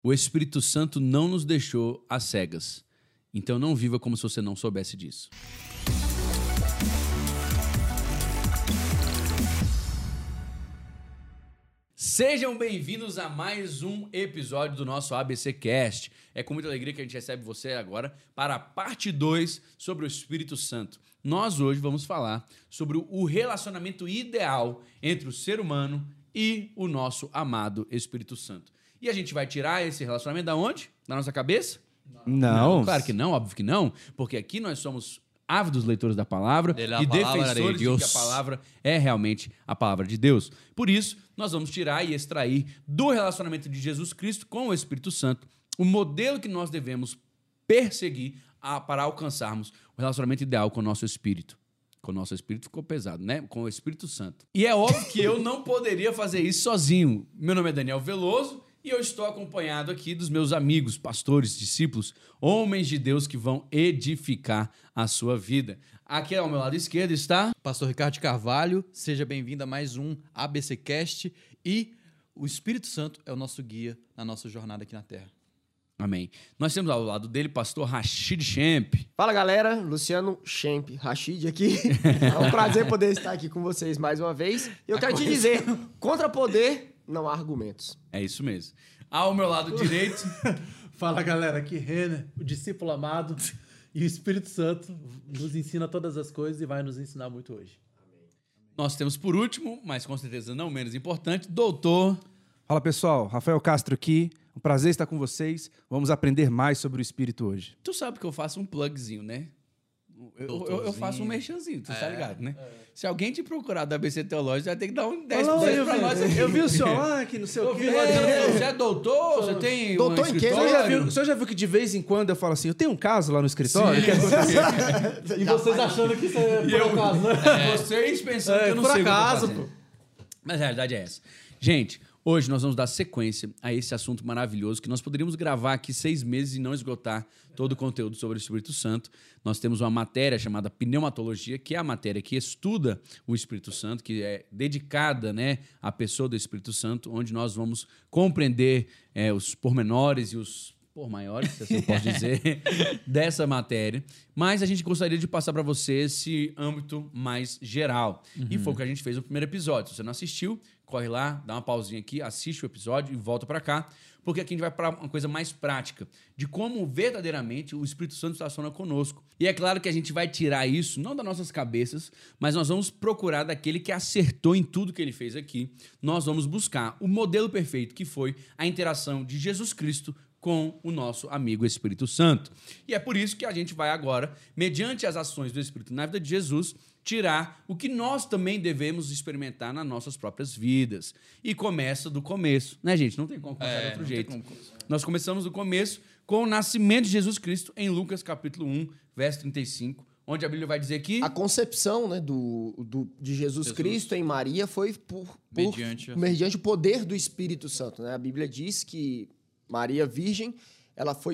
O Espírito Santo não nos deixou às cegas. Então não viva como se você não soubesse disso. Sejam bem-vindos a mais um episódio do nosso ABC Cast. É com muita alegria que a gente recebe você agora para a parte 2 sobre o Espírito Santo. Nós hoje vamos falar sobre o relacionamento ideal entre o ser humano e o nosso amado Espírito Santo. E a gente vai tirar esse relacionamento da onde? Da nossa cabeça? Não. Claro que não, óbvio que não, porque aqui nós somos ávidos leitores da palavra e defensores de que a palavra é realmente a palavra de Deus. Por isso, nós vamos tirar e extrair do relacionamento de Jesus Cristo com o Espírito Santo o modelo que nós devemos perseguir para alcançarmos o relacionamento ideal com o nosso Espírito. Com o nosso Espírito ficou pesado, né? Com o Espírito Santo. E é óbvio que eu não poderia fazer isso sozinho. Meu nome é Daniel Veloso e eu estou acompanhado aqui dos meus amigos, pastores, discípulos, homens de Deus que vão edificar a sua vida. Aqui ao meu lado esquerdo está... Pastor Ricardo Carvalho, seja bem-vindo a mais um ABC Cast e o Espírito Santo é o nosso guia na nossa jornada aqui na Terra. Amém. Nós temos ao lado dele pastor Rashid Schemp. Fala, galera. Luciano Schemp, Rashid aqui. É um prazer poder estar aqui com vocês mais uma vez. Eu quero te dizer, contra poder, não há argumentos. É isso mesmo. Ao meu lado direito... Fala, galera. Aqui Renner, o discípulo amado. E o Espírito Santo nos ensina todas as coisas e vai nos ensinar muito hoje. Nós temos por último, mas com certeza não menos importante, doutor... Fala, pessoal. Rafael Castro aqui. Um prazer estar com vocês. Vamos aprender mais sobre o Espírito hoje. Tu sabe que eu faço um plugzinho, né? Eu faço um merchanzinho, tu tá ligado, né? Se alguém te procurar da ABC Teológico, vai ter que dar um 10% pra nós aqui. Eu vi o senhor lá, que não sei o quê. Você é doutor? Você tem Doutor em quê? O senhor já viu que de vez em quando eu falo assim, eu tenho um caso lá no escritório? Que aconteceu? E vocês achando que isso é por acaso, né? Vocês pensando que eu não por sei acaso, o que eu tô fazendo. Mas a realidade é essa. Gente, hoje nós vamos dar sequência a esse assunto maravilhoso que nós poderíamos gravar aqui 6 meses e não esgotar todo o conteúdo sobre o Espírito Santo. Nós temos uma matéria chamada pneumatologia, que é a matéria que estuda o Espírito Santo, que é dedicada, né, à pessoa do Espírito Santo, onde nós vamos compreender os pormenores e os por maiores, se assim eu posso dizer, dessa matéria. Mas a gente gostaria de passar para você esse âmbito mais geral. E foi o que a gente fez no primeiro episódio. Se você não assistiu, corre lá, dá uma pausinha aqui, assiste o episódio e volta para cá, porque aqui a gente vai para uma coisa mais prática, de como verdadeiramente o Espírito Santo se relaciona conosco. E é claro que a gente vai tirar isso, não das nossas cabeças, mas nós vamos procurar daquele que acertou em tudo que ele fez aqui. Nós vamos buscar o modelo perfeito, que foi a interação de Jesus Cristo com o nosso amigo Espírito Santo. E é por isso que a gente vai agora, mediante as ações do Espírito na vida de Jesus, tirar o que nós também devemos experimentar nas nossas próprias vidas. E começa do começo, né, gente? Não tem como começar de outro jeito. Nós começamos do começo com o nascimento de Jesus Cristo em Lucas capítulo 1, verso 35, onde a Bíblia vai dizer que... A concepção, né, de Jesus Cristo em Maria foi mediante o poder do Espírito Santo, né? A Bíblia diz que Maria Virgem, ela foi...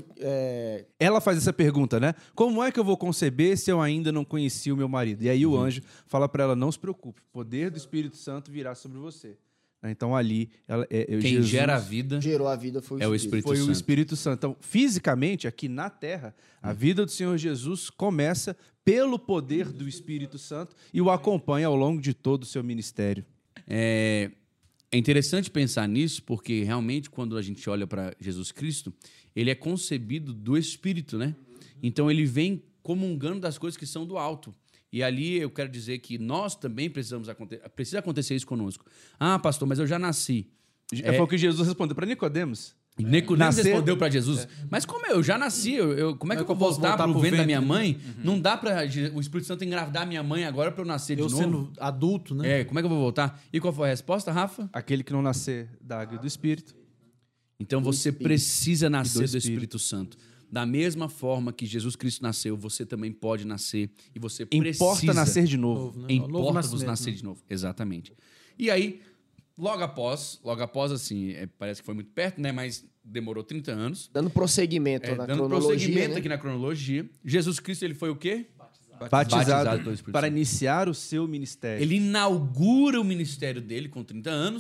Ela faz essa pergunta, né? Como é que eu vou conceber se eu ainda não conheci o meu marido? E aí o anjo fala para ela, não se preocupe, o poder do Espírito Santo virá sobre você. Então ali... Quem Jesus gera a vida... Gerou a vida foi o Espírito Foi Santo. o Espírito Santo. Então, fisicamente, aqui na Terra, a vida do Senhor Jesus começa pelo poder do Espírito Santo e o acompanha ao longo de todo o seu ministério. É interessante pensar nisso, porque realmente, quando a gente olha para Jesus Cristo, ele é concebido do Espírito, né? Então, ele vem comungando das coisas que são do alto. E ali eu quero dizer que nós também precisa acontecer isso conosco. Ah, pastor, mas eu já nasci. Foi o que Jesus respondeu para Nicodemos. Nicodemos respondeu para Jesus, mas como eu já nasci, como é que eu vou voltar para o ventre da minha mãe? Não dá para o Espírito Santo engravidar minha mãe agora para eu nascer de novo? Eu sendo adulto, né? Como é que eu vou voltar? E qual foi a resposta, Rafa? Aquele que não nascer da água e do Espírito. Então você precisa nascer do Espírito Santo. Da mesma forma que Jesus Cristo nasceu, você também pode nascer e você precisa... Importa nascer de novo. Né? Importa-vos nascer de novo. Exatamente. E aí, logo após assim, parece que foi muito perto, né? Mas demorou 30 anos. Dando prosseguimento na dando cronologia. prosseguimento, né? aqui na cronologia. Jesus Cristo, ele foi o quê? Batizado pelo Espírito para Santo. iniciar o seu ministério. Ele inaugura o ministério dele com 30 anos,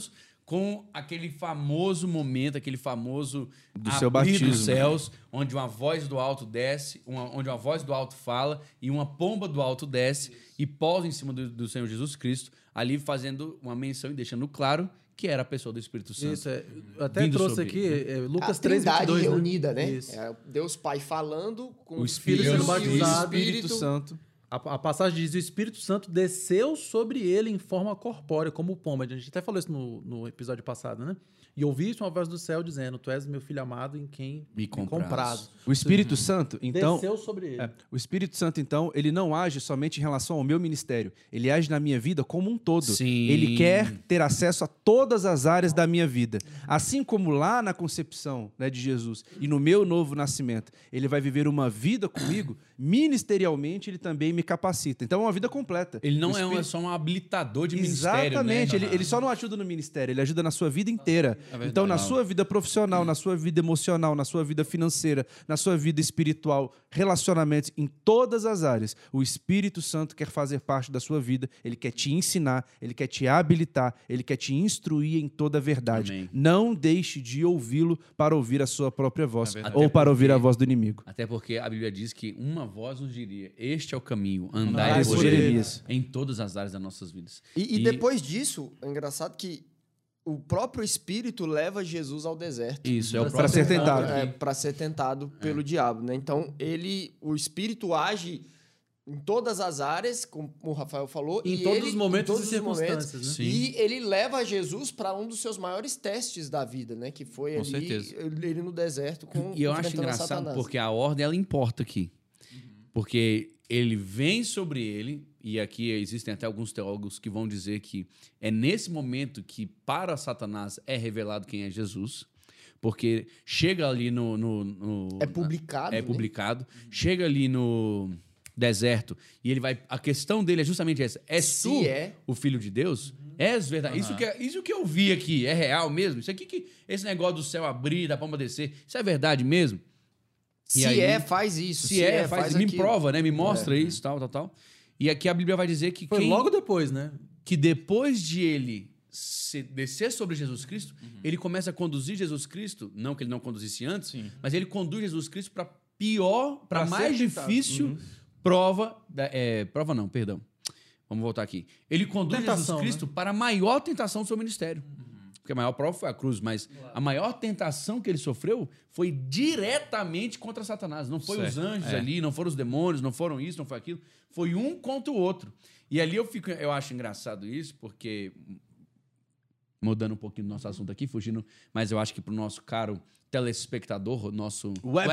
com aquele famoso momento, aquele famoso Do seu abrir batismo. dos céus, onde uma voz do alto desce, onde uma voz do alto fala e uma pomba do alto desce e pousa em cima do Senhor Jesus Cristo, ali fazendo uma menção e deixando claro que era a pessoa do Espírito Santo. Isso, eu até Vindo trouxe sobre aqui ele, Lucas A Trindade 3:22, reunida, né? Isso. É Deus Pai falando com O o Espírito Filho sendo e o batizado. Espírito Santo. A passagem diz: o Espírito Santo desceu sobre ele em forma corpórea, como pomba. A gente até falou isso no episódio passado, né? E ouviste uma voz do céu dizendo: Tu és meu filho amado em quem Me comprazo. O Espírito Santo, então, Desceu sobre ele. o Espírito Santo, então, ele não age somente em relação ao meu ministério. Ele age na minha vida como um todo. Sim. Ele quer ter acesso a todas as áreas da minha vida. Assim como lá na concepção, né, de Jesus e no meu novo nascimento, ele vai viver uma vida comigo, ministerialmente ele também me capacita. Então é uma vida completa. Ele não O é Espírito- só um habilitador de ministério, Exatamente, né? ele só não ajuda no ministério, ele ajuda na sua vida inteira. Então, na sua vida profissional, na sua vida emocional, na sua vida financeira, na sua vida espiritual, relacionamentos, em todas as áreas, o Espírito Santo quer fazer parte da sua vida, ele quer te ensinar, ele quer te habilitar, ele quer te instruir em toda a verdade. Amém. Não deixe de ouvi-lo para ouvir a sua própria voz, verdade. ou Até para ouvir a porque- voz do inimigo. Até porque a Bíblia diz que uma voz nos diria: este é o caminho, andai Andai por por ele ele. em todas as áreas das nossas vidas. E depois disso, é engraçado que o próprio Espírito leva Jesus ao deserto. Isso, é o Pra próprio ser ponto tentado. aqui. Para ser tentado pelo diabo, né? Então, o Espírito age em todas as áreas, como o Rafael falou. Em e todos ele, os momentos em todos e os momentos, circunstâncias, né? E ele leva Jesus para um dos seus maiores testes da vida, né? Que foi Com ali, certeza. ele no deserto com E eu acho enfrentando engraçado Satanás. porque a ordem ela importa aqui. Porque ele vem sobre ele, e aqui existem até alguns teólogos que vão dizer que é nesse momento que para Satanás é revelado quem é Jesus. Porque chega ali no É publicado, É né? publicado. Chega ali no deserto e ele vai. A questão dele é justamente essa: és Se tu é. o filho de Deus? És verdade. Isso que eu vi aqui é real mesmo? Isso aqui que esse negócio do céu abrir, da palma descer, isso é verdade mesmo? Se E aí- é, faz isso. Se é, faz, me aquilo. prova, né? Me mostra isso, tal. E aqui a Bíblia vai dizer que Foi logo depois, né? que depois de ele descer sobre Jesus Cristo, ele começa a conduzir Jesus Cristo, não que ele não conduzisse antes, mas ele conduz Jesus Cristo para pior, para Pra mais ser tentado. difícil prova, prova não, perdão. Vamos voltar aqui. Ele conduz Tentação, Jesus Cristo para a maior tentação do seu ministério. Porque a maior prova foi a cruz, mas a maior tentação que ele sofreu foi diretamente contra Satanás. Não foi os anjos ali, não foram os demônios, não foram isso, não foi aquilo. Foi um contra o outro. E ali eu acho engraçado isso, porque mudando um pouquinho do nosso assunto aqui, fugindo, mas eu acho que pro nosso caro telespectador, o nosso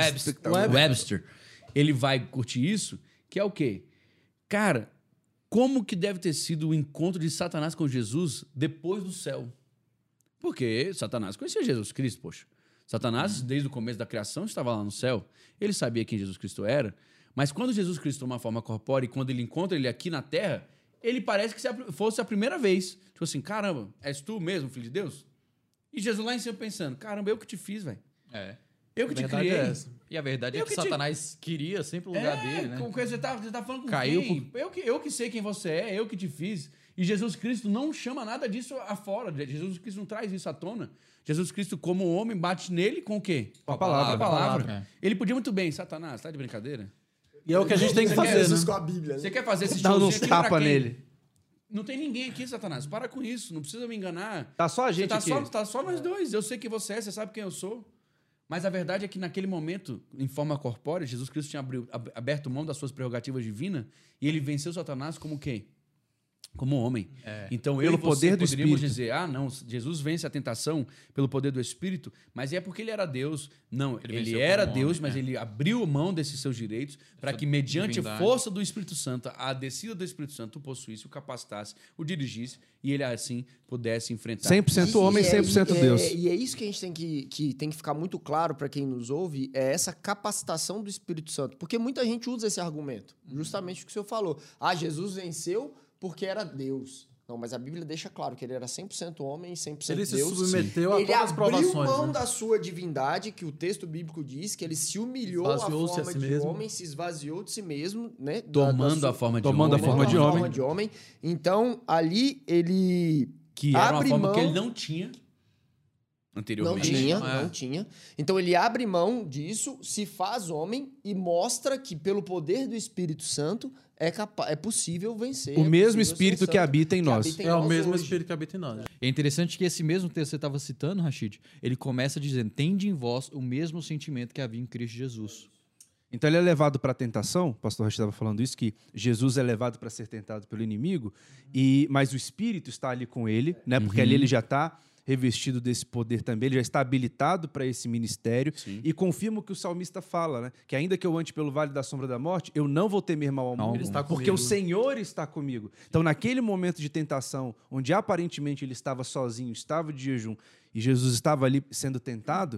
Webster, ele vai curtir isso, que é o quê? Cara, como que deve ter sido o encontro de Satanás com Jesus depois do céu? Porque Satanás conhecia Jesus Cristo, poxa. Satanás, desde o começo da criação, estava lá no céu. Ele sabia quem Jesus Cristo era. Mas quando Jesus Cristo toma uma forma corpórea e quando ele encontra ele aqui na Terra, ele parece que fosse a primeira vez. Tipo assim, caramba, és tu mesmo, filho de Deus? E Jesus lá em cima pensando, caramba, eu que te fiz, velho. É. Eu que te Verdade criei. é essa. E a verdade é Eu que que te- Satanás queria sempre o lugar dele, né? Você tá falando com Caiu quem? Eu que sei quem você é, eu que te fiz. E Jesus Cristo não chama nada disso afora. Jesus Cristo não traz isso à tona. Jesus Cristo, como homem, bate nele com o quê? Com a palavra. Com a palavra. É. Ele podia muito bem, Satanás, tá de brincadeira? E é o que a gente tem que Você quer fazer, Jesus né? com a Bíblia, né? Você quer fazer esse Dá showzinho uns aqui pra tapa quem? nele. Não tem ninguém aqui, Satanás. Para com isso. Não precisa me enganar. Tá só a gente tá aqui. Tá só nós dois. Eu sei quem você é, você sabe quem eu sou. Mas a verdade é que naquele momento, em forma corpórea, Jesus Cristo tinha aberto mão das suas prerrogativas divinas e ele venceu Satanás como quê? Como homem. Então eu Pelo e você poder do poderíamos Espírito. dizer, não, Jesus vence a tentação pelo poder do Espírito, mas é porque ele era Deus. Não, ele venceu era como Deus, homem, mas ele abriu mão desses seus direitos para que, mediante a divindade. força do Espírito Santo, a descida do Espírito Santo o possuísse, o capacitasse, o dirigisse e ele assim pudesse enfrentar. 100% homem, 100% Deus. E é isso que a gente tem que ficar muito claro para quem nos ouve, é essa capacitação do Espírito Santo. Porque muita gente usa esse argumento, justamente o que o senhor falou. Jesus venceu porque era Deus. Não, mas a Bíblia deixa claro que ele era 100% homem e 100% Ele se Deus. submeteu a Ele todas as abriu provações. mão né? da sua divindade, que o texto bíblico diz que ele se humilhou à Esvaziou-se a forma si de mesmo. homem, se esvaziou de si mesmo, né? Tomando a forma de Tomando a homem, forma de Tomando a homem. forma de homem. Então, ali ele que era uma abre forma mão. que ele não tinha. anteriormente. Não tinha. Então ele abre mão disso, se faz homem e mostra que pelo poder do Espírito Santo é possível vencer. O mesmo possível Espírito ser que santo, habita em nós. É o mesmo hoje. Espírito que habita em nós. É interessante que esse mesmo texto que você estava citando, Rashid, ele começa dizendo: tende em vós o mesmo sentimento que havia em Cristo Jesus. Então ele é levado para a tentação, o pastor Rachid estava falando isso, que Jesus é levado para ser tentado pelo inimigo, mas o Espírito está ali com ele, né? Porque ali ele já está revestido desse poder também, ele já está habilitado para esse ministério. Sim. E confirma o que o salmista fala, né? Que ainda que eu ande pelo vale da sombra da morte, eu não vou temer mal algum, Ele está porque comigo. o Senhor está comigo. Então naquele momento de tentação, onde aparentemente ele estava sozinho, estava de jejum, e Jesus estava ali sendo tentado,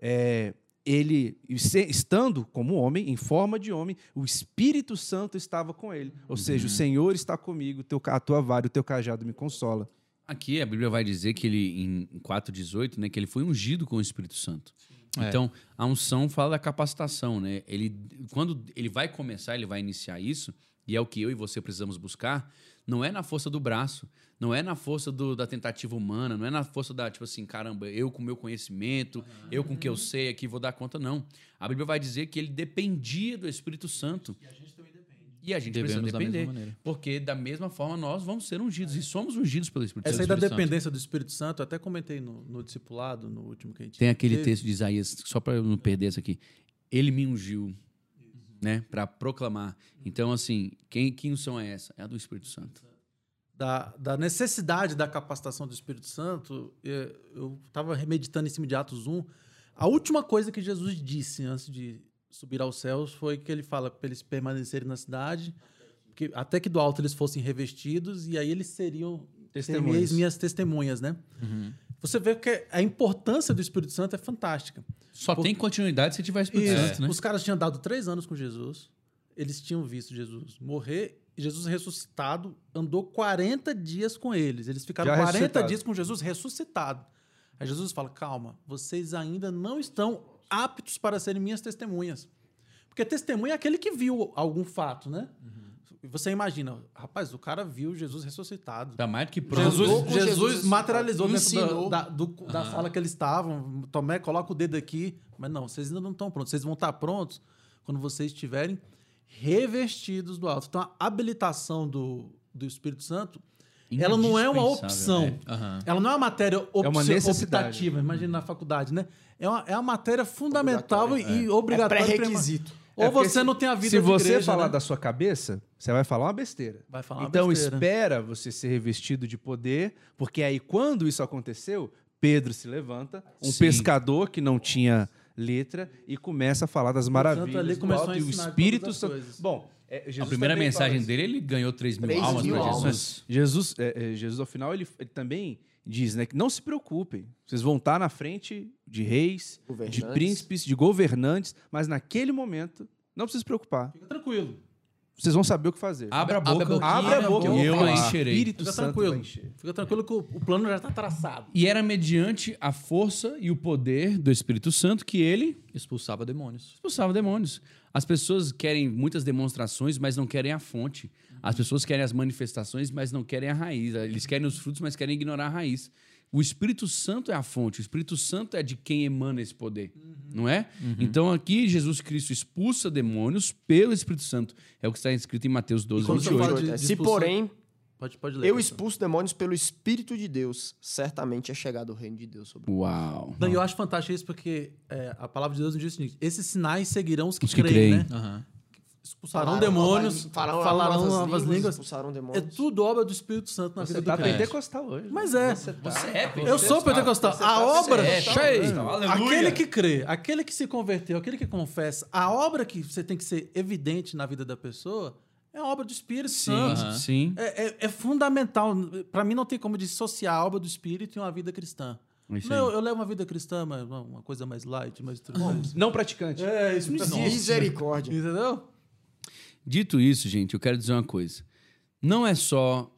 ele, estando como homem, em forma de homem, o Espírito Santo estava com ele. Ou seja, o Senhor está comigo, a tua vara, o teu cajado me consola. Aqui a Bíblia vai dizer que ele, em 4,18, né, que ele foi ungido com o Espírito Santo. Então, a unção fala da capacitação, né? Quando ele vai começar, ele vai iniciar isso, e é o que eu e você precisamos buscar, não é na força do braço, não é na força da tentativa humana, não é na força da, tipo assim, caramba, eu com o meu conhecimento, eu com o que eu sei aqui vou dar conta, não. A Bíblia vai dizer que ele dependia do Espírito Santo. E a gente também depende. E a gente precisa Devemos da mesma depender, maneira. porque da mesma forma nós vamos ser ungidos, e somos ungidos pelo Espírito Essa aí Santo. da dependência do Espírito Santo, eu até comentei no discipulado, no último que a gente Tem aquele teve. texto de Isaías, só para eu não perder isso aqui. Ele me ungiu, né, para proclamar. Então, assim, que unção é essa? É a do Espírito Santo. Da necessidade da capacitação do Espírito Santo, eu estava meditando em cima de Atos 1. A última coisa que Jesus disse antes de subir aos céus foi que ele fala para eles permanecerem na cidade, até que do alto eles fossem revestidos, e aí eles seriam minhas testemunhas, né? Você vê que a importância do Espírito Santo é fantástica. Só tem continuidade se tiver Espírito Santo, né? Os caras tinham dado 3 anos com Jesus, eles tinham visto Jesus morrer, Jesus ressuscitado, andou 40 dias com eles. Eles ficaram Já 40 ressuscitado. dias com Jesus ressuscitado. Aí Jesus fala, calma, vocês ainda não estão aptos para serem minhas testemunhas. Porque testemunha é aquele que viu algum fato, né? Você imagina, rapaz, o cara viu Jesus ressuscitado. Tá mais do que pronto. Jesus materializou ensinou. dentro da sala que eles estavam. Tomé, coloca o dedo aqui. Mas não, vocês ainda não estão prontos. Vocês vão estar prontos quando vocês estiverem revestidos do alto. Então, a habilitação do Espírito Santo, ela não é uma opção. Indispensável, Ela não é uma matéria uma necessidade. optativa. Imagina na faculdade, né? É uma matéria fundamental e obrigatória. pré-requisito. Ou porque você não tem a vida se de você igreja, falar né? da sua cabeça, você vai falar uma besteira. Vai falar uma Então besteira. espera você ser revestido de poder, porque aí quando isso aconteceu, Pedro se levanta, um Sim. pescador que não tinha letra, e começa a falar das maravilhas ali do começou alto, a e o ensinar Espírito todas as Santo. coisas. Bom, Jesus A primeira também fala mensagem isso. dele, ele ganhou 3 mil 3 almas mil para almas. Jesus. Jesus, ao final, ele também diz, né, que não se preocupem, vocês vão estar na frente de reis, de Governantes. príncipes, de governantes, mas naquele momento, não precisa se preocupar. Fica tranquilo. Vocês vão saber o que fazer. Abra a boca, Abra a boca, e eu vou a falar. encherei. Espírito Fica Santo tranquilo. vai encher. Fica tranquilo que o plano já está traçado. E era mediante a força e o poder do Espírito Santo que ele Expulsava demônios. expulsava demônios. As pessoas querem muitas demonstrações, mas não querem a fonte. As pessoas querem as manifestações, mas não querem a raiz. Eles querem os frutos, mas querem ignorar a raiz. O Espírito Santo é a fonte. O Espírito Santo é de quem emana esse poder, não é? Então aqui Jesus Cristo expulsa demônios pelo Espírito Santo. É o que está escrito em Mateus 12, quando você 28. fala de Se expulsão- porém Pode ler. eu pastor. expulso demônios pelo Espírito de Deus, certamente é chegado o reino de Deus sobre Uau. Não, e eu acho fantástico isso porque a palavra de Deus nos diz o seguinte: esses sinais seguirão os que, Os que creem, creem. né? Expulsarão demônios, falarão novas línguas. expulsaram É demônios. tudo obra do Espírito Santo na Você vida tá do crente. pentecostal hoje. Mas é. Você é Eu sou pentecostal. A obra. Aleluia. Aquele que crê, aquele que se converteu, aquele que confessa, a obra que você tem que ser evidente na vida da pessoa é a obra do Espírito Santo. Sim. É fundamental. Para mim, não tem como dissociar a obra do Espírito e uma vida cristã. Isso Não, aí. eu levo uma vida cristã, mas uma coisa mais light, mais tranquila. Não praticante. Isso não existe. Misericórdia. Entendeu? Dito isso, gente, eu quero dizer uma coisa. Não é só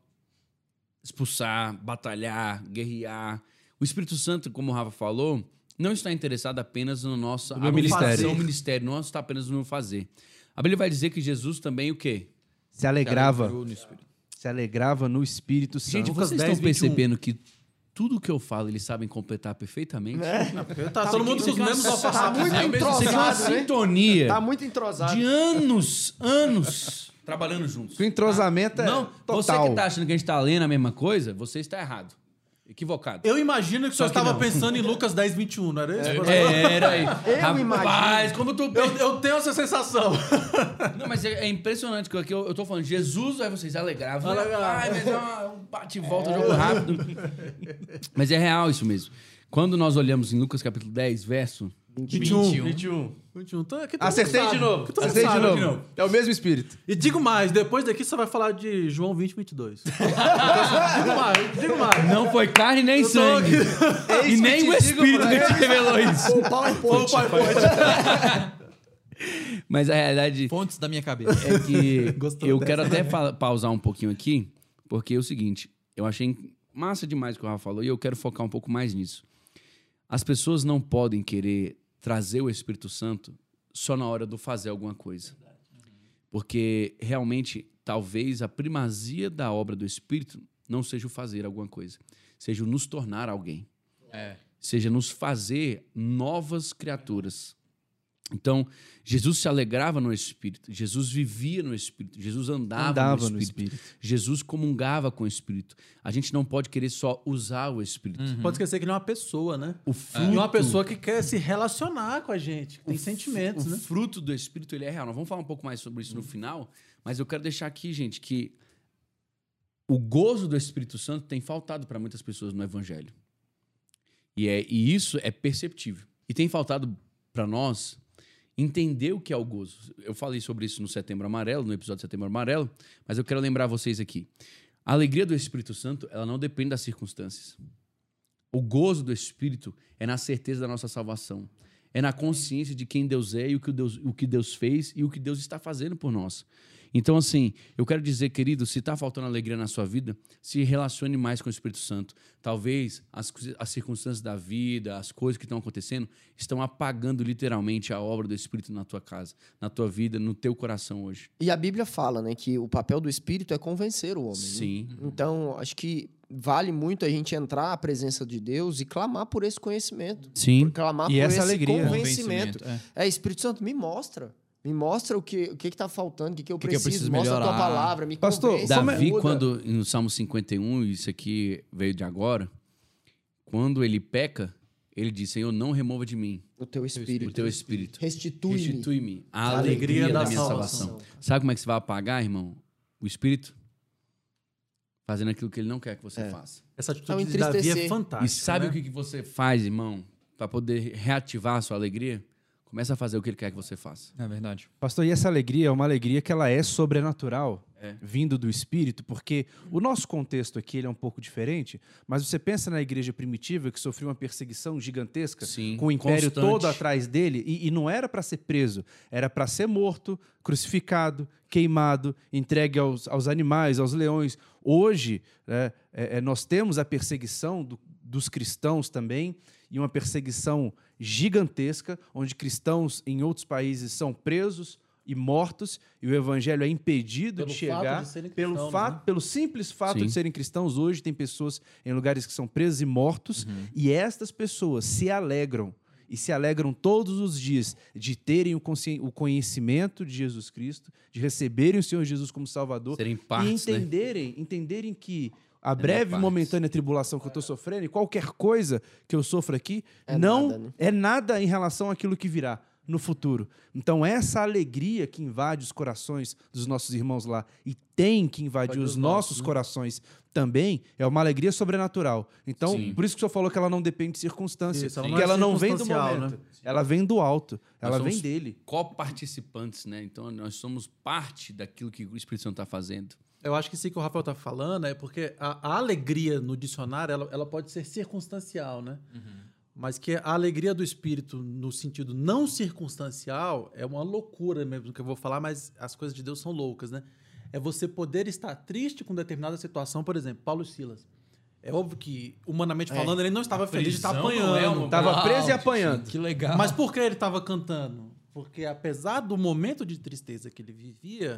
expulsar, batalhar, guerrear. O Espírito Santo, como o Rafa falou, não está interessado apenas no nosso meu ministério. ministério, não está apenas no fazer. A Bíblia vai dizer que Jesus também o quê? Se alegrava. Alegrou no Espírito. Se alegrava no Espírito Santo. Gente, Lucas vocês 10, estão 21. percebendo que tudo que eu falo eles sabem completar perfeitamente. Tá todo mundo com os mesmos Tá alfabetos. muito Uma entrosado, né? sintonia Tá muito entrosado. de anos trabalhando juntos. O entrosamento é Não, você total. que tá achando que a gente tá lendo a mesma coisa, você está errado. Equivocado. Eu imagino que o senhor que estava não. pensando em Lucas 10, 21, não era isso? Era aí. Eu imagino. Como tu... Eu tenho essa sensação. Não, mas é impressionante que eu tô falando, Jesus, aí vocês alegravam. Ai, mas é um bate e volta, jogo rápido. Mas é real isso mesmo. Quando nós olhamos em Lucas capítulo 10, verso... 21. Então, aqui todo Acertei mundo de sabe. novo. Aqui todo mundo Acertei de sabe. novo. É o mesmo espírito. E digo mais, depois daqui você vai falar de João 20, 22. digo mais. Não foi carne nem sangue. E nem o Espírito que te revelou isso. O PowerPoint. Mas a realidade Fontes da minha cabeça. é que Gostou eu dessa? quero até pausar um pouquinho aqui, porque é o seguinte, eu achei massa demais o que o Rafa falou e eu quero focar um pouco mais nisso. As pessoas não podem querer trazer o Espírito Santo só na hora do fazer alguma coisa. Porque realmente, talvez a primazia da obra do Espírito não seja o fazer alguma coisa, seja o nos tornar alguém. Seja nos fazer novas criaturas. Então, Jesus se alegrava no Espírito, Jesus vivia no Espírito, Jesus andava no Espírito, Jesus comungava com o Espírito. A gente não pode querer só usar o Espírito. Pode esquecer que ele é uma pessoa, né? O E fruto, uma pessoa que quer se relacionar com a gente, que tem sentimentos, o né? fruto do Espírito, ele é real. Nós vamos falar um pouco mais sobre isso no final, mas eu quero deixar aqui, gente, que o gozo do Espírito Santo tem faltado para muitas pessoas no Evangelho. E isso é perceptível. E tem faltado para nós entender o que é o gozo. Eu falei sobre isso no Setembro Amarelo, no episódio Setembro Amarelo, mas eu quero lembrar vocês aqui. A alegria do Espírito Santo, ela não depende das circunstâncias. O gozo do Espírito é na certeza da nossa salvação. É na consciência de quem Deus é e o que Deus fez e o que Deus está fazendo por nós. Então, assim, eu quero dizer, querido, se está faltando alegria na sua vida, se relacione mais com o Espírito Santo. Talvez as circunstâncias da vida, as coisas que estão acontecendo, estão apagando literalmente a obra do Espírito na tua casa, na tua vida, no teu coração hoje. E a Bíblia fala, né, que o papel do Espírito é convencer o homem. né? Sim. Então, acho que vale muito a gente entrar à presença de Deus e clamar por esse conhecimento. Sim. Clamar E por essa esse alegria. convencimento. Espírito Santo, me mostra. Me mostra o que tá faltando, o que eu que eu preciso. preciso Mostra a tua melhorar. palavra, me Pastor, convence, Davi, muda. quando no Salmo 51, isso aqui veio de agora, quando ele peca, ele diz, Senhor, não remova de mim O teu Espírito. o teu Espírito. Restitui-me. Restitui-me a alegria alegria da da minha salvação. salvação. Sabe como é que você vai apagar, irmão? O Espírito? Fazendo aquilo que ele não quer que você faça. Essa Então, atitude de Davi é entristecer. fantástica. E sabe né? o que você faz, irmão, para poder reativar a sua alegria? Começa a fazer o que ele quer que você faça. É verdade. Pastor, e essa alegria é uma alegria que ela é sobrenatural, vindo do Espírito, porque o nosso contexto aqui ele é um pouco diferente, mas você pensa na igreja primitiva que sofreu uma perseguição gigantesca, Sim, com o império constante. todo atrás dele, e não era para ser preso, era para ser morto, crucificado, queimado, entregue aos animais, aos leões. Hoje, né, nós temos a perseguição dos cristãos também, e uma perseguição gigantesca, onde cristãos em outros países são presos e mortos, e o evangelho é impedido Pelo de fato chegar de serem pelo cristãos, né? pelo simples fato Sim. de serem cristãos. Hoje tem pessoas em lugares que são presos e mortos, e estas pessoas se alegram, e se alegram todos os dias de terem o conhecimento de Jesus Cristo, de receberem o Senhor Jesus como Salvador, Serem partes, e né? entenderem que a breve e partes. momentânea tribulação que eu estou sofrendo, e qualquer coisa que eu sofro aqui, É não nada, né? é nada em relação àquilo que virá no futuro. Então, essa alegria que invade os corações dos nossos irmãos lá e tem que invadir os nossos corações também, é uma alegria sobrenatural. Então, Sim. por isso que o senhor falou que ela não depende de circunstância, Isso, ela que não é ela não vem do circunstancial, momento. né? Ela vem do alto, ela Nós vem somos dele. coparticipantes, né? Então, nós somos parte daquilo que o Espírito Santo está fazendo. Eu acho que isso que o Rafael está falando é porque a alegria no dicionário ela pode ser circunstancial, né? Mas que a alegria do Espírito no sentido não circunstancial é uma loucura mesmo que eu vou falar, mas as coisas de Deus são loucas, né? É você poder estar triste com determinada situação, por exemplo, Paulo e Silas. É óbvio que, humanamente falando, ele não estava feliz de estar prisão não apanhando. é uma- Estava preso e apanhando. Que legal. Mas por que ele estava cantando? Porque apesar do momento de tristeza que ele vivia,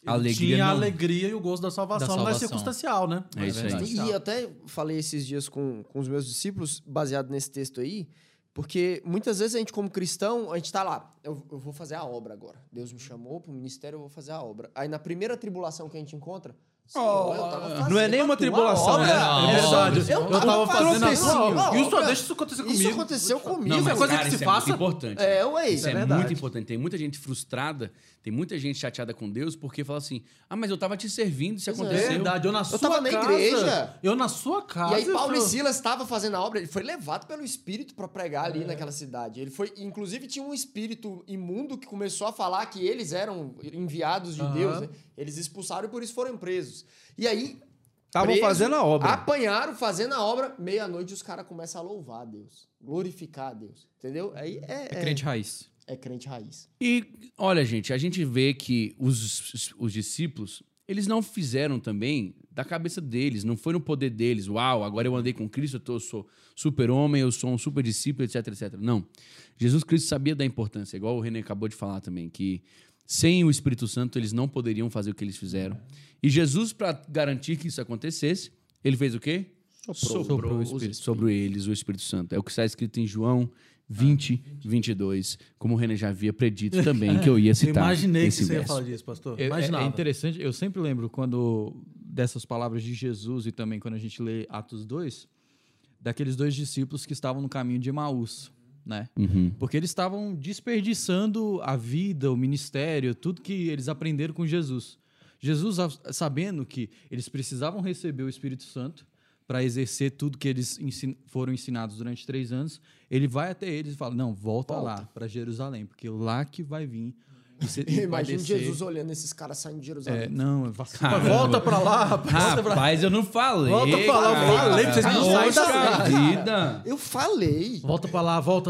Alegria tinha a não. alegria e o gosto da salvação, não é salvação. circunstancial, né? É isso aí. E até falei esses dias com os meus discípulos, baseado nesse texto aí, porque muitas vezes a gente, como cristão, a gente tá lá, eu vou fazer a obra agora. Deus me chamou pro ministério, eu vou fazer a obra. Aí na primeira tribulação que a gente encontra, Senhor, eu tava fazendo não é nenhuma a tua tribulação, obra. né? É verdade. Eu tava fazendo a sua obra. obra. Isso, deixa isso acontecer comigo. Isso aconteceu comigo. Não, mas, coisa cara, que se isso é faça- muito importante. Ué. Isso é verdade. muito importante. Tem muita gente frustrada, tem muita gente chateada com Deus porque fala assim: mas eu tava te servindo, isso Pois é. aconteceu. Verdade, eu na sua tava na casa. igreja. Eu na sua casa. E aí Paulo e eu- Silas estavam fazendo a obra, ele foi levado pelo Espírito para pregar ali naquela cidade. Ele foi, inclusive tinha um espírito imundo que começou a falar que eles eram enviados de Aham. Deus, né? Eles expulsaram e por isso foram presos. E aí Estavam preso, fazendo a obra. apanharam, fazendo a obra, meia-noite os caras começam a louvar a Deus, glorificar a Deus, entendeu? Aí É crente raiz. é crente raiz. E olha, gente, a gente vê que os discípulos, eles não fizeram também da cabeça deles, não foi no poder deles. Uau, agora eu andei com Cristo, eu sou super-homem, eu sou um super discípulo, etc, etc. Não. Jesus Cristo sabia da importância, igual o René acabou de falar também, que sem o Espírito Santo eles não poderiam fazer o que eles fizeram. E Jesus, para garantir que isso acontecesse, ele fez o quê? Soprou sobre eles o Espírito Santo. É o que está escrito em João 20, 22, como o René já havia predito também, que eu ia Eu citar imaginei que esse você ia verso. falar disso, pastor. É Imaginava. interessante, eu sempre lembro quando dessas palavras de Jesus e também quando a gente lê Atos 2, daqueles dois discípulos que estavam no caminho de Emaús, né? Uhum. Porque eles estavam desperdiçando a vida, o ministério, tudo que eles aprenderam com Jesus. Jesus, sabendo que eles precisavam receber o Espírito Santo para exercer tudo que eles foram ensinados durante 3 anos, ele vai até eles e fala, não, volta lá para Jerusalém, porque lá que vai vir. E você vai Imagina descer. Jesus olhando esses caras saindo de Jerusalém. Não, Mas volta pra lá, rapaz. Rapaz, eu não falei. Volta pra lá, eu falei pra vocês não saírem da Poxa vida. Eu falei. Volta pra lá, volta.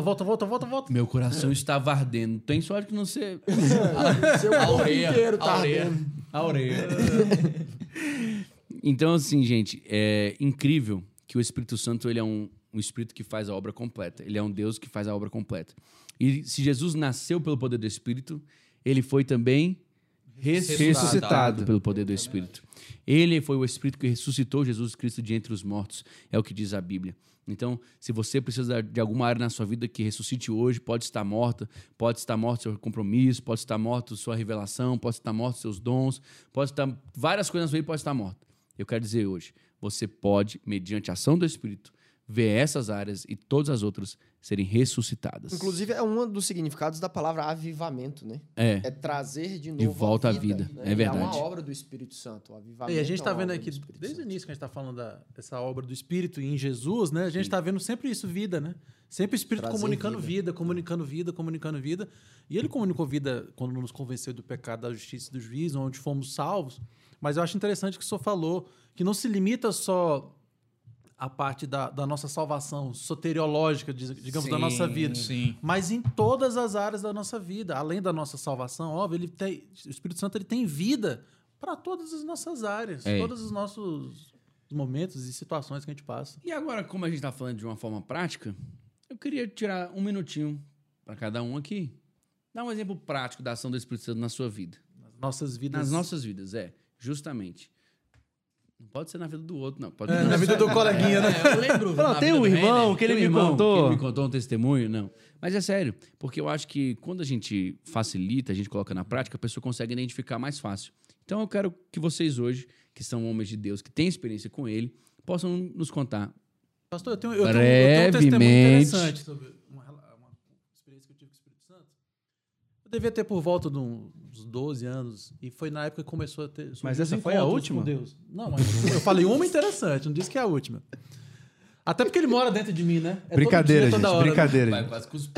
Meu coração estava ardendo. Tem sorte que não ser... Seu corpo inteiro tá ardendo. A orelha. Então, assim, gente, é incrível que o Espírito Santo ele é um Espírito que faz a obra completa. Ele é um Deus que faz a obra completa. E se Jesus nasceu pelo poder do Espírito, ele foi também ressuscitado pelo poder do Espírito. Ele foi o Espírito que ressuscitou Jesus Cristo de entre os mortos, é o que diz a Bíblia. Então, se você precisa de alguma área na sua vida que ressuscite hoje, pode estar morto seu compromisso, pode estar morto sua revelação, pode estar morto seus dons, pode estar várias coisas na sua vida, pode estar morto. Eu quero dizer hoje, você pode, mediante a ação do Espírito, ver essas áreas e todas as outras serem ressuscitadas. Inclusive, é um dos significados da palavra avivamento, né? É. É trazer de novo De volta a à vida. vida. Né? É verdade. É uma obra do Espírito Santo. O avivamento E a gente é tá uma vendo obra aqui, do Espírito desde o Santo. início que a gente tá falando dessa obra do Espírito em Jesus, né? A gente tá vendo sempre isso, vida, né? Sempre o Espírito Trazer comunicando vida, comunicando vida. E ele comunicou vida quando nos convenceu do pecado, da justiça e do juízo, onde fomos salvos. Mas eu acho interessante que o senhor falou que não se limita só a parte da nossa salvação soteriológica, digamos, da nossa vida. Sim. Mas em todas as áreas da nossa vida. Além da nossa salvação, óbvio, o Espírito Santo ele tem vida para todas as nossas áreas, É. todos os nossos momentos e situações que a gente passa. E agora, como a gente está falando de uma forma prática, eu queria tirar um minutinho para cada um aqui. Dar um exemplo prático da ação do Espírito Santo na sua vida. Nas nossas vidas. Nas nossas vidas, justamente. Não pode ser na vida do outro, não. Pode Na vida do coleguinha, né? Eu lembro. Não, tem um irmão que ele me contou. Que ele me contou um testemunho, não. Mas é sério, porque eu acho que quando a gente facilita, a gente coloca na prática, a pessoa consegue identificar mais fácil. Então eu quero que vocês hoje, que são homens de Deus, que têm experiência com ele, possam nos contar. Pastor, eu tenho um testemunho Brevemente. interessante sobre uma experiência que eu tive com o Espírito Santo. Eu devia ter por volta de uns 12 anos, e foi na época que começou a ter... Mas os essa foi a encontros última? com Deus. Não, mas eu falei uma interessante, não disse que é a última. Até porque ele mora dentro de mim, né? É Brincadeira, todo dia, gente. toda hora, Brincadeira. Vai gente. quase cuspir.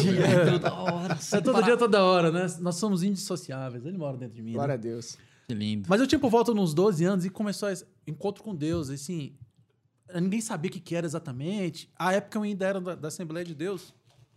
Toda hora. É todo dia, toda hora, né? Nós somos indissociáveis. Ele mora dentro de mim. Glória Né? a Deus. Que lindo. Mas eu tinha por volta de uns 12 anos e começou esse encontro com Deus. Assim, ninguém sabia o que era exatamente. A época eu ainda era da Assembleia de Deus.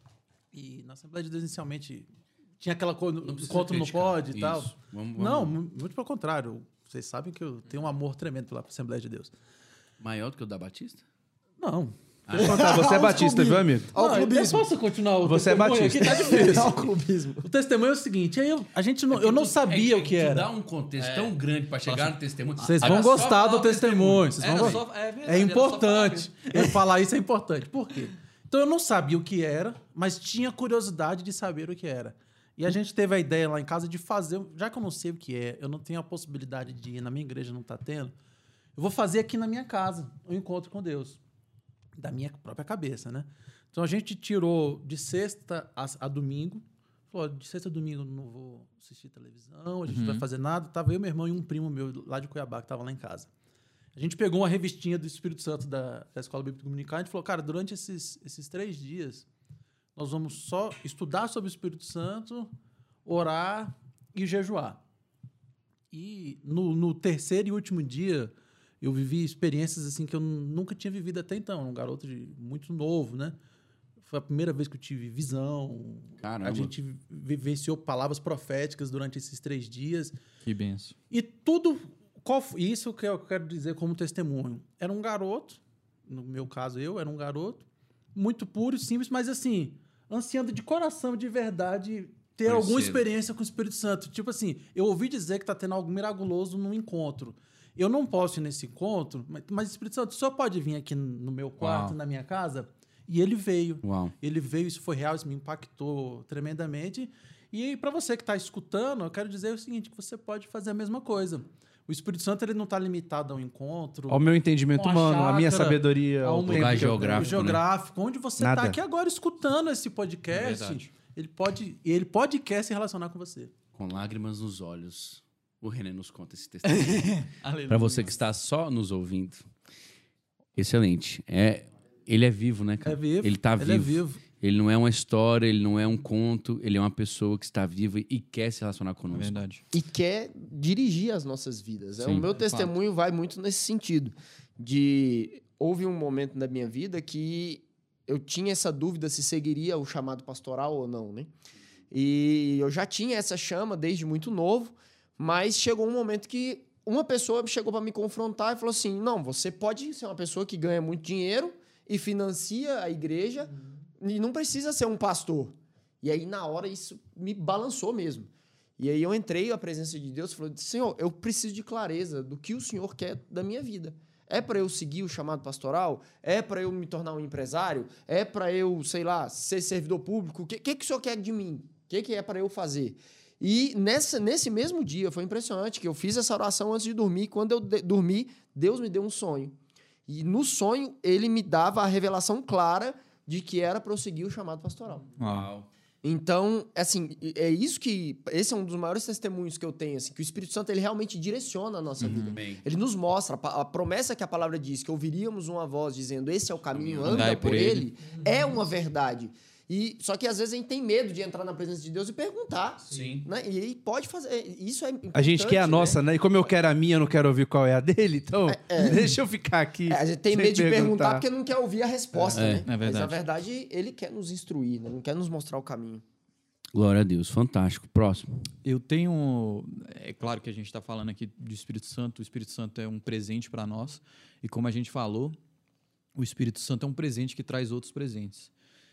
E na Assembleia de Deus, inicialmente, tinha aquela coisa, encontro não pode e tal. Vamos. Não, muito pelo contrário. Vocês sabem que eu tenho um amor tremendo pela Assembleia de Deus. Maior do que o da Batista? Não. Deixa eu contar, você é batista, viu, amigo? Ó, o Não, eu clubismo. posso continuar o Você é testemunho batista. aqui? Tá difícil. Ó, o clubismo. O testemunho é o seguinte, eu não sabia o que Tu era. dá um contexto tão grande pra chegar no testemunho. Vocês Era vão só gostar falar do o testemunho. Vocês vão Era gostar. só- é verdade, É era só falar importante. Eu falar isso é importante. Por quê? Então eu não sabia o que era, mas tinha curiosidade de saber o que era. E a gente teve a ideia lá em casa de fazer, já que eu não sei o que é, eu não tenho a possibilidade de ir na minha igreja, não tá tendo, eu vou fazer aqui na minha casa um encontro com Deus. Da minha própria cabeça, né? Então a gente tirou de sexta a domingo. Falou, de sexta a domingo eu não vou assistir televisão, a gente não vai fazer nada. Tava eu, meu irmão e um primo meu lá de Cuiabá que tava lá em casa. A gente pegou uma revistinha do Espírito Santo da Escola Bíblica Dominical e a gente falou, cara, durante esses 3 dias nós vamos só estudar sobre o Espírito Santo, orar e jejuar. E no terceiro e último dia, eu vivi experiências assim que eu nunca tinha vivido até então. Um garoto muito novo, né? Foi a primeira vez que eu tive visão. Caramba. A gente vivenciou palavras proféticas durante esses 3 dias. Que benção. E tudo... Isso que eu quero dizer como testemunho. Era um garoto, no meu caso era um garoto, muito puro e simples, mas assim, ansiando de coração, de verdade, ter alguma experiência com o Espírito Santo. Tipo assim, eu ouvi dizer que está tendo algo miraculoso num encontro. Eu não posso ir nesse encontro, mas o Espírito Santo só pode vir aqui no meu quarto, na minha casa? E ele veio. Uau. Ele veio, isso foi real, isso me impactou tremendamente. E para você que está escutando, eu quero dizer o seguinte, que você pode fazer a mesma coisa. O Espírito Santo ele não está limitado ao encontro. Ao meu entendimento Com a humano, a minha chácara, sabedoria, ao ao lugar tempo que eu- geográfico. geográfico, onde você Nada. está aqui agora escutando esse É podcast, verdade. ele pode e quer se relacionar com você. Com lágrimas nos olhos, o René nos conta esse testemunho. Para você que está só nos ouvindo, excelente. Ele é vivo, né, cara? É vivo. Ele tá Ele vivo. é vivo. Ele não é uma história, ele não é um conto, ele é uma pessoa que está viva e quer se relacionar É conosco. verdade. E quer dirigir as nossas vidas. Sim, O meu testemunho vai muito nesse sentido. Houve um momento na minha vida que eu tinha essa dúvida se seguiria o chamado pastoral ou não, né? E eu já tinha essa chama desde muito novo, mas chegou um momento que uma pessoa chegou para me confrontar e falou assim: não, você pode ser uma pessoa que ganha muito dinheiro e financia a igreja e não precisa ser um pastor. E aí, na hora, isso me balançou mesmo. E aí eu entrei à presença de Deus e falei: Senhor, eu preciso de clareza do que o Senhor quer da minha vida. É para eu seguir o chamado pastoral? É para eu me tornar um empresário? É para eu, sei lá, ser servidor público? O que o Senhor quer de mim? O que é para eu fazer? E nesse mesmo dia, foi impressionante que eu fiz essa oração antes de dormir. Quando eu dormi, Deus me deu um sonho. E no sonho, ele me dava a revelação clara de que era para eu seguir o chamado pastoral. Uau. Então, assim, esse é um dos maiores testemunhos que eu tenho, assim, que o Espírito Santo, ele realmente direciona a nossa vida. Bem. Ele nos mostra, a promessa que a palavra diz, que ouviríamos uma voz dizendo, esse é o caminho, anda Andai por por ele, é uma verdade. Só que às vezes a gente tem medo de entrar na presença de Deus e perguntar. Sim. Né? E ele pode fazer, isso é importante. A gente quer a nossa, né? E como eu quero a minha, eu não quero ouvir qual é a dele, então deixa eu ficar aqui. A gente tem sem medo de perguntar porque não quer ouvir a resposta, né? é verdade. Mas na verdade, ele quer nos instruir, né? Não quer nos mostrar o caminho. Glória a Deus. Fantástico. Próximo. Eu tenho... É claro que a gente está falando aqui do Espírito Santo. O Espírito Santo é um presente para nós. E como a gente falou, o Espírito Santo é um presente que traz outros presentes.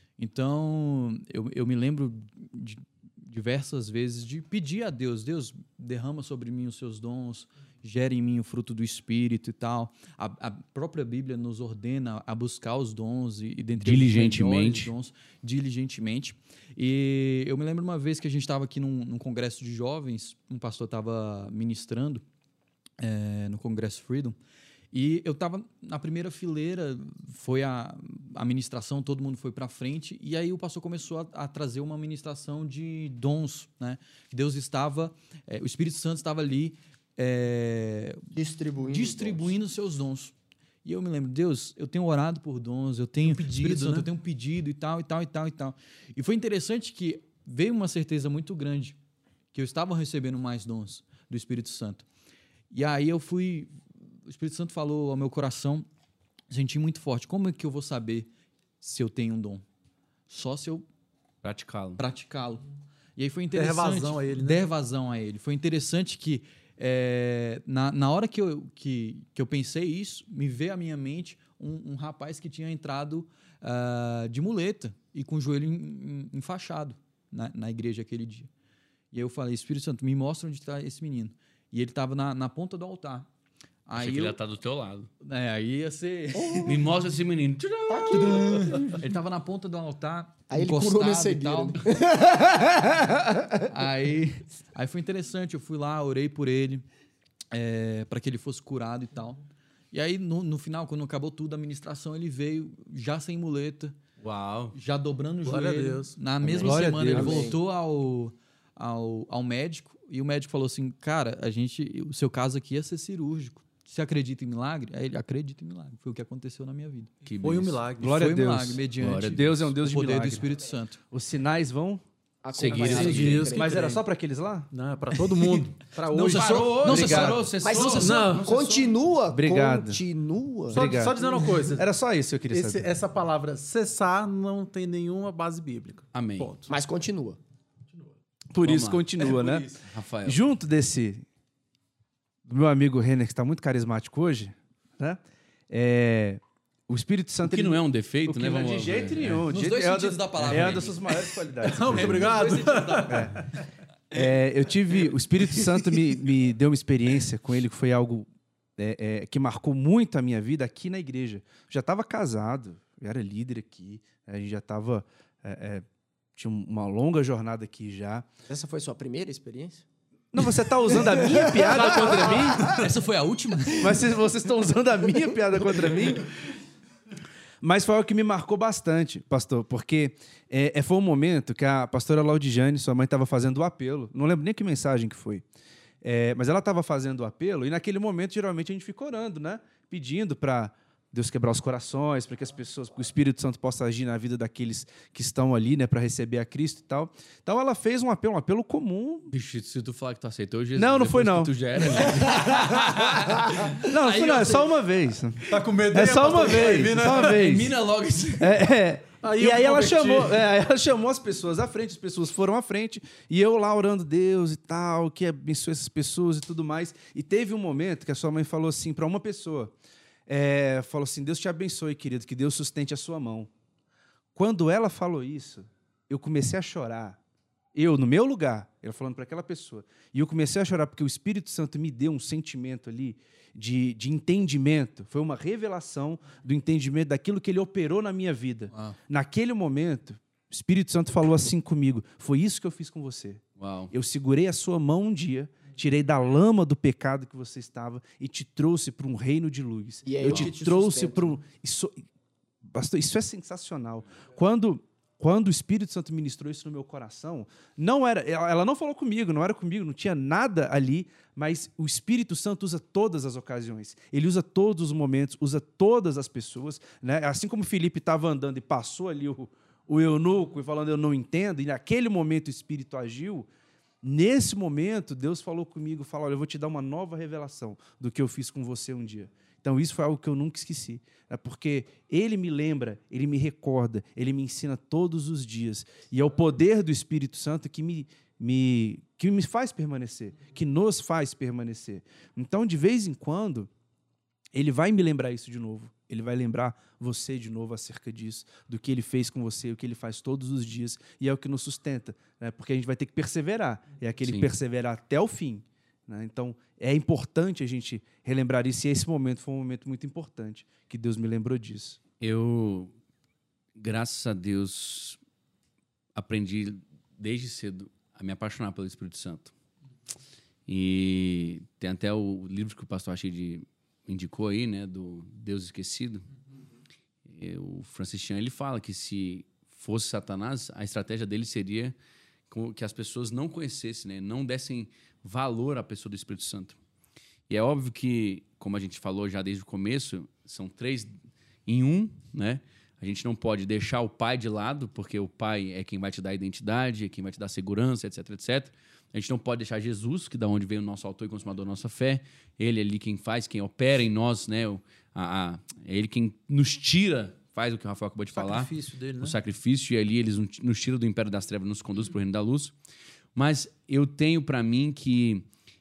Então, eu me lembro de diversas vezes de pedir a Deus: Deus, derrama sobre mim os seus dons, gere em mim o fruto do Espírito e tal. A própria Bíblia nos ordena a buscar os dons e dentre Diligentemente. os melhores dons, diligentemente. E eu me lembro uma vez que a gente estava aqui num congresso de jovens, um pastor estava ministrando no Congresso Freedom, e eu estava na primeira fileira, foi a ministração, todo mundo foi para frente, e aí o pastor começou a trazer uma ministração de dons, né? Deus estava, o Espírito Santo estava ali distribuindo os seus dons. E eu me lembro: Deus, eu tenho orado por dons, eu tenho Espírito Santo, eu tenho um pedido e tal, e tal, e tal, e tal. E foi interessante que veio uma certeza muito grande que eu estava recebendo mais dons do Espírito Santo. E aí o Espírito Santo falou ao meu coração, senti muito forte: como é que eu vou saber se eu tenho um dom? Só se eu Praticá-lo. praticá-lo. E aí foi interessante. Der vazão a ele, né? Der vazão a ele. Foi interessante que na hora que eu pensei isso, me veio à minha mente um rapaz que tinha entrado de muleta e com o joelho enfaixado na igreja aquele dia. E aí eu falei, Espírito Santo, me mostra onde está esse menino. E ele estava na ponta do altar. Achei que ele ia estar do teu lado. Aí ia ser... Me mostra esse menino. Ele estava na ponta do altar, Aí ele curou minha e cegueira. tal. Aí foi interessante, eu fui lá, orei por ele, para que ele fosse curado e tal. E aí, no final, quando acabou tudo, a ministração, ele veio já sem muleta, Uau. já dobrando o Glória a joelho. Deus. Na mesma Glória a semana, ele Deus. voltou ao médico, e o médico falou assim, cara, o seu caso aqui ia ser cirúrgico. Você acredita em milagre? Aí ele acredita em milagre. Foi o que aconteceu na minha vida. Que Foi um bênção. milagre. Glória Foi a Deus. um milagre, mediante Glória a Deus é um Deus o de poder milagre. do Espírito Santo. Os sinais vão... Seguir Acompanhar esse quem Deus crê. que Mas era crê. só para aqueles lá? Não, é pra todo mundo. Pra Não hoje. cessou, não Obrigado. cessou, Mas cessou. Não. continua. Obrigado. Continua. Só, Obrigado. só dizendo uma coisa. Era só isso que eu queria saber. Essa palavra cessar não tem nenhuma base bíblica. Amém. Ponto. Mas continua. Por Vamos isso lá. continua, né? Rafael. Junto do meu amigo Renner, que está muito carismático hoje, né? O Espírito Santo... O que não é um defeito, o que né? não é Vamos de jeito ver. nenhum. Nos De dois jeito- sentidos da palavra, É uma né? das suas maiores qualidades. Não, muito obrigado. O Espírito Santo me deu uma experiência com ele que foi algo que marcou muito a minha vida aqui na igreja. Eu já estava casado, eu era líder aqui, a gente já estava... tinha uma longa jornada aqui já. Essa foi sua primeira experiência? Não, você está usando a minha piada contra mim? Essa foi a última? Mas vocês estão usando a minha piada contra mim? Mas foi algo que me marcou bastante, pastor, porque foi um momento que a pastora Laudijane, sua mãe, estava fazendo o apelo. Não lembro nem que mensagem que foi. Mas ela estava fazendo o apelo e naquele momento, geralmente, a gente fica orando, né? Pedindo para Deus quebrar os corações, para que as pessoas, que o Espírito Santo possa agir na vida daqueles que estão ali, né? Para receber a Cristo e tal. Então, ela fez um apelo comum. Bicho, se tu falar que tu aceitou Jesus... Não foi, depois não. que tu já era... Não, foi, não, é só uma vez. Tá com medo É aí, só uma pastor? vez, só uma vez. Termina logo isso. Aí E eu aí ela converti. chamou as pessoas à frente, as pessoas foram à frente, e eu lá orando Deus e tal, que abençoe essas pessoas e tudo mais. E teve um momento que a sua mãe falou assim para uma pessoa, falou assim, Deus te abençoe, querido, que Deus sustente a sua mão. Quando ela falou isso, eu comecei a chorar. Eu, no meu lugar, ela falando para aquela pessoa, e eu comecei a chorar porque o Espírito Santo me deu um sentimento ali de entendimento, foi uma revelação do entendimento daquilo que ele operou na minha vida. Uau. Naquele momento, o Espírito Santo falou assim comigo, foi isso que eu fiz com você. Uau. Eu segurei a sua mão um dia, tirei da lama do pecado que você estava e te trouxe para um reino de luz. E é eu eu te que te trouxe sustento. para um... Pastor, isso é sensacional. Quando o Espírito Santo ministrou isso no meu coração, ela não falou comigo, não era comigo, não tinha nada ali, mas o Espírito Santo usa todas as ocasiões. Ele usa todos os momentos, usa todas as pessoas, né? Assim como Felipe estava andando e passou ali o eunuco e falando, eu não entendo, e naquele momento o Espírito agiu. Nesse momento, Deus falou comigo, falou, olha, eu vou te dar uma nova revelação do que eu fiz com você um dia. Então, isso foi algo que eu nunca esqueci, né? Porque Ele me lembra, Ele me recorda, Ele me ensina todos os dias. E é o poder do Espírito Santo que me faz permanecer, que nos faz permanecer. Então, de vez em quando, Ele vai me lembrar isso de novo. Ele vai lembrar você de novo acerca disso, do que Ele fez com você, o que Ele faz todos os dias, e é o que nos sustenta, né? Porque a gente vai ter que perseverar, é aquele Sim. perseverar até o fim, né? Então, é importante a gente relembrar isso, e esse momento foi um momento muito importante, que Deus me lembrou disso. Eu, graças a Deus, aprendi desde cedo a me apaixonar pelo Espírito Santo. E tem até o livro que o pastor Achide indicou aí, né, do Deus Esquecido. O Francis Chan, ele fala que se fosse Satanás, a estratégia dele seria que as pessoas não conhecessem, né, não dessem valor à pessoa do Espírito Santo. E é óbvio que, como a gente falou já desde o começo, são 3 em 1, né? A gente não pode deixar o pai de lado, porque o pai é quem vai te dar identidade, é quem vai te dar segurança, etc, etc. A gente não pode deixar Jesus, que é da onde veio o nosso autor e consumador da nossa fé. Ele é ali quem faz, quem opera em nós, né? É ele quem nos tira, faz o que o Rafael acabou de falar. O sacrifício dele, né? O sacrifício, e ali eles nos tiram do império das trevas, nos conduz para o reino da luz. Mas eu tenho para mim que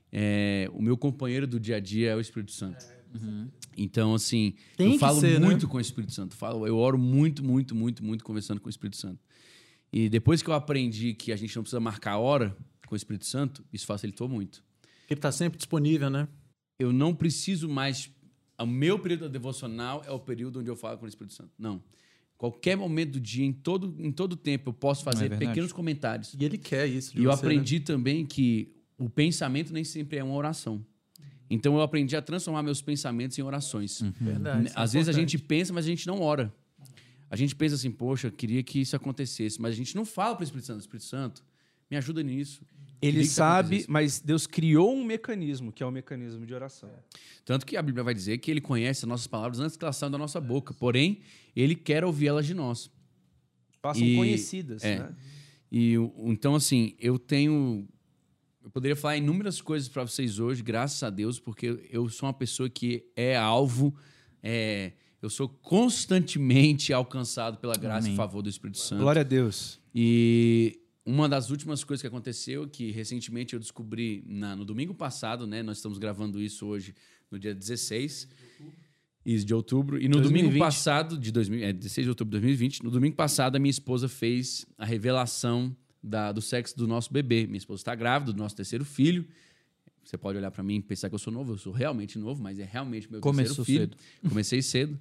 o meu companheiro do dia a dia é o Espírito Santo. Então, assim, Tem eu que falo ser, muito né? com o Espírito Santo. Eu oro muito, muito, muito, muito conversando com o Espírito Santo. E depois que eu aprendi que a gente não precisa marcar hora com o Espírito Santo, isso facilitou muito. Ele tá sempre disponível, né? Eu não preciso mais... O meu período devocional é o período onde eu falo com o Espírito Santo. Não. Qualquer momento do dia, em todo tempo, eu posso fazer verdade. pequenos comentários. E ele quer isso de E eu você, aprendi também que o pensamento nem sempre é uma oração. Então eu aprendi a transformar meus pensamentos em orações. né? Verdade, isso é Às vezes a importante. gente pensa, mas a gente não ora. A gente pensa assim, poxa, eu queria que isso acontecesse, mas a gente não fala para o Espírito Santo, me ajuda nisso. Ele Queria que isso sabe, acontecesse. mas Deus criou um mecanismo, que é o mecanismo de oração. Tanto que a Bíblia vai dizer que ele conhece as nossas palavras antes que elas saiam da nossa boca. Porém, ele quer ouvi-las de nós. Passam E- conhecidas, né? Então, assim, eu poderia falar inúmeras coisas para vocês hoje, graças a Deus, porque eu sou uma pessoa que é alvo, eu sou constantemente alcançado pela graça e favor do Espírito Santo. Glória a Deus. E uma das últimas coisas que aconteceu, que recentemente eu descobri no domingo passado, né? Nós estamos gravando isso hoje no dia 16 de outubro. E no 2020. domingo passado, 16 de outubro de 2020, no domingo passado, a minha esposa fez a revelação do sexo do nosso bebê. Minha esposa está grávida do nosso terceiro filho. Você pode olhar para mim e pensar que eu sou novo. Eu sou realmente novo, mas é realmente meu Começou terceiro filho. cedo. Comecei cedo.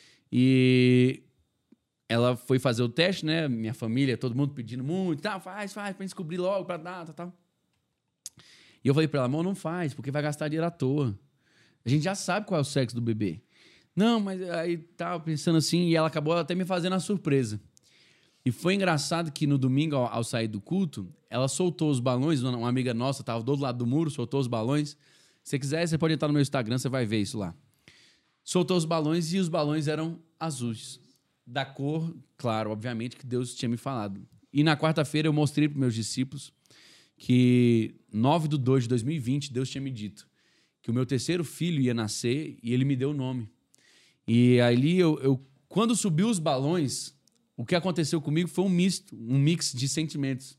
E ela foi fazer o teste, né? Minha família, todo mundo pedindo muito. Tá, faz, pra gente descobrir logo, pra data, tal. E eu falei pra ela, amor, não faz, porque vai gastar dinheiro à toa. A gente já sabe qual é o sexo do bebê. Não, mas aí tava pensando assim, e ela acabou até me fazendo a surpresa. E foi engraçado que no domingo, ao sair do culto, ela soltou os balões, uma amiga nossa tava do outro lado do muro, soltou os balões. Se você quiser, você pode entrar no meu Instagram, você vai ver isso lá. Soltou os balões e os balões eram azuis. Da cor, claro, obviamente, que Deus tinha me falado. E na quarta-feira eu mostrei para meus discípulos que 9/2 de 2020, Deus tinha me dito que o meu terceiro filho ia nascer e ele me deu o nome. E ali, quando subiu os balões, o que aconteceu comigo foi um mix de sentimentos.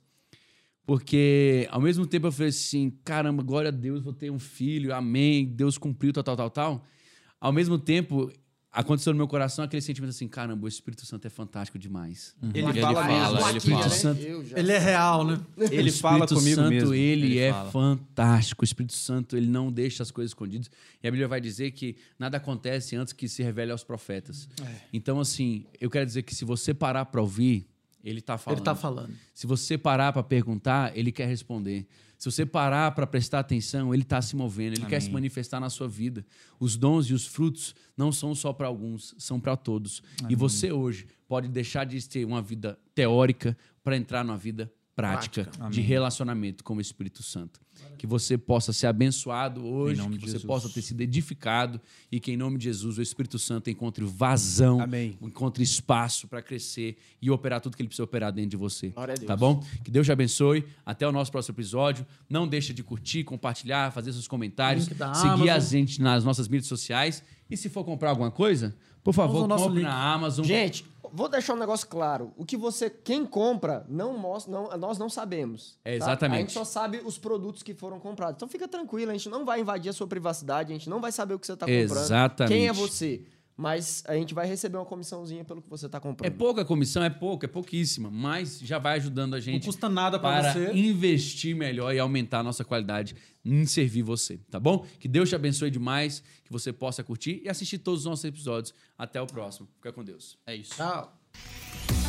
Porque, ao mesmo tempo, eu falei assim, caramba, glória a Deus, vou ter um filho, amém, Deus cumpriu, tal. Ao mesmo tempo, aconteceu no meu coração aquele sentimento assim, caramba, o Espírito Santo é fantástico demais. Ele fala mesmo. ele fala. Santo. Ele é real, né? Ele O fala Espírito comigo Santo, mesmo. ele Ele é fala. fantástico. O Espírito Santo, ele não deixa as coisas escondidas. E a Bíblia vai dizer que nada acontece antes que se revele aos profetas. Então, assim, eu quero dizer que se você parar para ouvir, ele está falando. Ele tá falando. Se você parar para perguntar, ele quer responder. Se você parar para prestar atenção, ele está se movendo, ele quer se manifestar na sua vida. Os dons e os frutos não são só para alguns, são para todos. E você hoje pode deixar de ter uma vida teórica para entrar numa vida prática de relacionamento com o Espírito Santo. Que você possa ser abençoado hoje, nome que de você Jesus. possa ter sido edificado e que, em nome de Jesus, o Espírito Santo encontre vazão, Amém. encontre espaço para crescer e operar tudo que ele precisa operar dentro de você. Glória a Deus. Tá bom? Que Deus te abençoe. Até o nosso próximo episódio. Não deixa de curtir, compartilhar, fazer seus comentários, Link da seguir Amazon. a gente nas nossas mídias sociais. E se for comprar alguma coisa, por favor, Usa o nosso compre link. na Amazon. Gente, vou deixar um negócio claro. O que quem compra, não mostra, nós não sabemos. É, tá? exatamente. A gente só sabe os produtos que foram comprados. Então fica tranquilo, a gente não vai invadir a sua privacidade, a gente não vai saber o que você está comprando. Exatamente. Quem é você? Mas a gente vai receber uma comissãozinha pelo que você está É comprando. pouca comissão, é pouquíssima, mas já vai ajudando a Não gente custa nada pra para você. investir melhor e aumentar a nossa qualidade em servir você, tá bom? Que Deus te abençoe demais, que você possa curtir e assistir todos os nossos episódios. Até o próximo. Fica com Deus. É isso. Tchau.